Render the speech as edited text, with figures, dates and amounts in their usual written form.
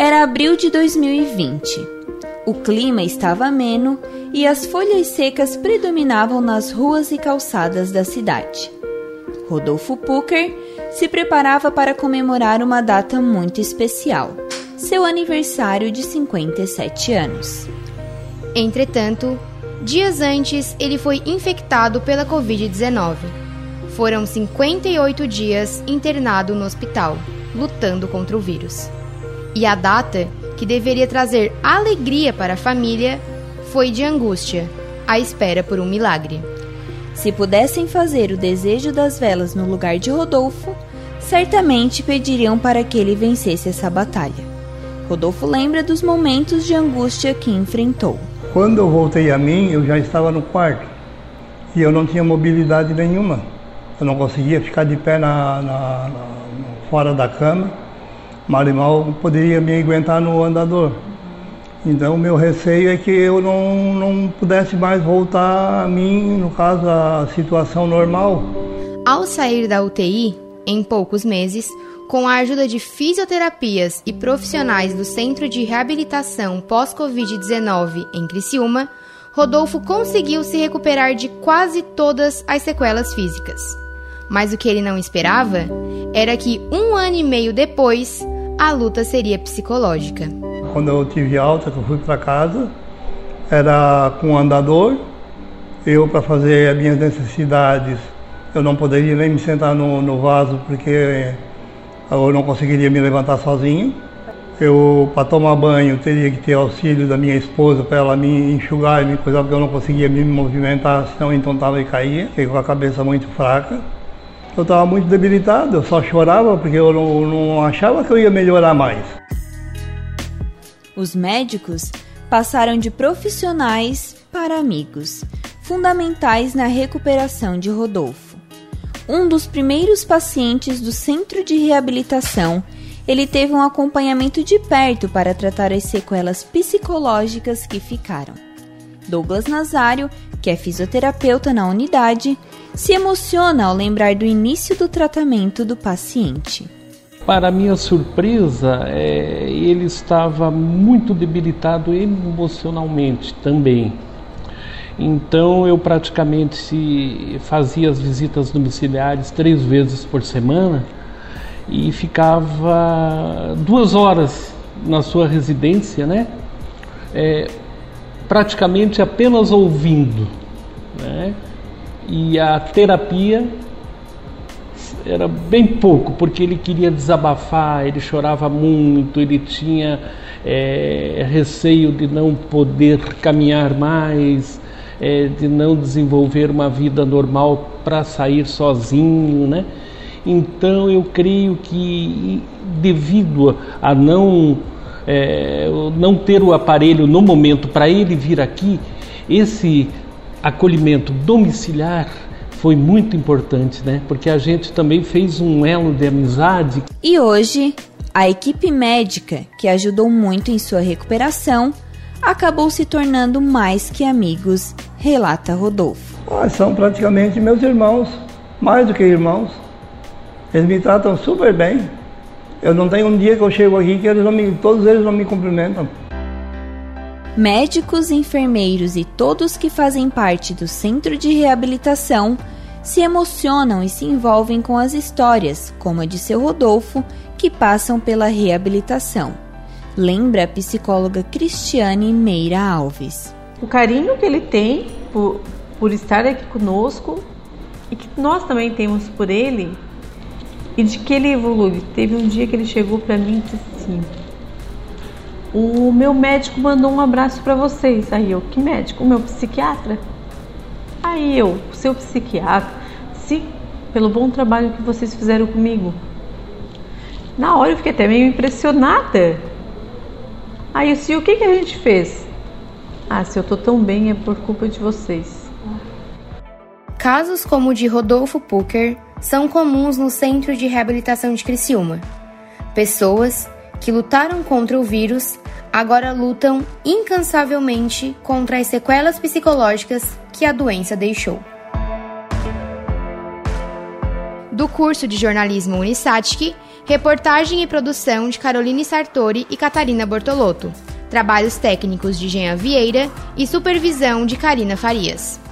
Era abril de 2020. O clima estava ameno e as folhas secas predominavam nas ruas e calçadas da cidade. Rodolfo Pucker se preparava para comemorar uma data muito especial, seu aniversário de 57 anos. Entretanto, dias antes ele foi infectado pela Covid-19. Foram 58 dias internado no hospital, lutando contra o vírus. E a data, que deveria trazer alegria para a família, foi de angústia, à espera por um milagre. Se pudessem fazer o desejo das velas no lugar de Rodolfo, certamente pediriam para que ele vencesse essa batalha. Rodolfo lembra dos momentos de angústia que enfrentou. Quando eu voltei a mim, eu já estava no quarto e eu não tinha mobilidade nenhuma. Eu não conseguia ficar de pé fora da cama, mal e mal poderia me aguentar no andador. Então, o meu receio é que eu não pudesse mais voltar a mim, no caso, a situação normal. Ao sair da UTI, em poucos meses, com a ajuda de fisioterapias e profissionais do Centro de Reabilitação Pós-Covid-19 em Criciúma, Rodolfo conseguiu se recuperar de quase todas as sequelas físicas. Mas o que ele não esperava era que 1 ano e meio depois, a luta seria psicológica. Quando eu tive alta, que eu fui para casa, era com andador. Eu, para fazer as minhas necessidades, eu não poderia nem me sentar no vaso, porque eu não conseguiria me levantar sozinho. Eu, para tomar banho, teria que ter auxílio da minha esposa para ela me enxugar e me coisar, porque eu não conseguia me movimentar, senão entontava e caía. Fiquei com a cabeça muito fraca. Eu estava muito debilitado, eu só chorava porque eu não achava que eu ia melhorar mais. Os médicos passaram de profissionais para amigos, fundamentais na recuperação de Rodolfo. Um dos primeiros pacientes do Centro de Reabilitação, ele teve um acompanhamento de perto para tratar as sequelas psicológicas que ficaram. Douglas Nazário, que é fisioterapeuta na unidade, se emociona ao lembrar do início do tratamento do paciente. Para minha surpresa, ele estava muito debilitado emocionalmente também. Então eu praticamente fazia as visitas domiciliares 3 vezes por semana e ficava 2 horas na sua residência, né? Praticamente apenas ouvindo, né? E a terapia era bem pouco, porque ele queria desabafar, ele chorava muito, ele tinha receio de não poder caminhar mais, de não desenvolver uma vida normal para sair sozinho, né? Então eu creio que devido a não ter o aparelho no momento para ele vir aqui, esse acolhimento domiciliar foi muito importante, né? Porque a gente também fez um elo de amizade. E hoje, a equipe médica, que ajudou muito em sua recuperação, acabou se tornando mais que amigos, relata Rodolfo. São praticamente meus irmãos, mais do que irmãos. Eles me tratam super bem. Eu não tenho um dia que eu chego aqui que todos eles não me cumprimentam. Médicos, enfermeiros e todos que fazem parte do Centro de Reabilitação se emocionam e se envolvem com as histórias, como a de seu Rodolfo, que passam pela reabilitação. Lembra a psicóloga Cristiane Meira Alves. O carinho que ele tem por estar aqui conosco e que nós também temos por ele e de que ele evolui. Teve um dia que ele chegou para mim e disse assim: o meu médico mandou um abraço para vocês. Aí eu, que médico? O meu psiquiatra. Aí eu, o seu psiquiatra, sim, pelo bom trabalho que vocês fizeram comigo. Na hora eu fiquei até meio impressionada. Aí eu disse, o que a gente fez? Se eu tô tão bem é por culpa de vocês. Casos como o de Rodolfo Pucker são comuns no Centro de Reabilitação de Criciúma. Pessoas que lutaram contra o vírus agora lutam incansavelmente contra as sequelas psicológicas que a doença deixou. Do curso de jornalismo Unisatic, reportagem e produção de Caroline Sartori e Catarina Bortolotto. Trabalhos técnicos de Jean Vieira e supervisão de Karina Farias.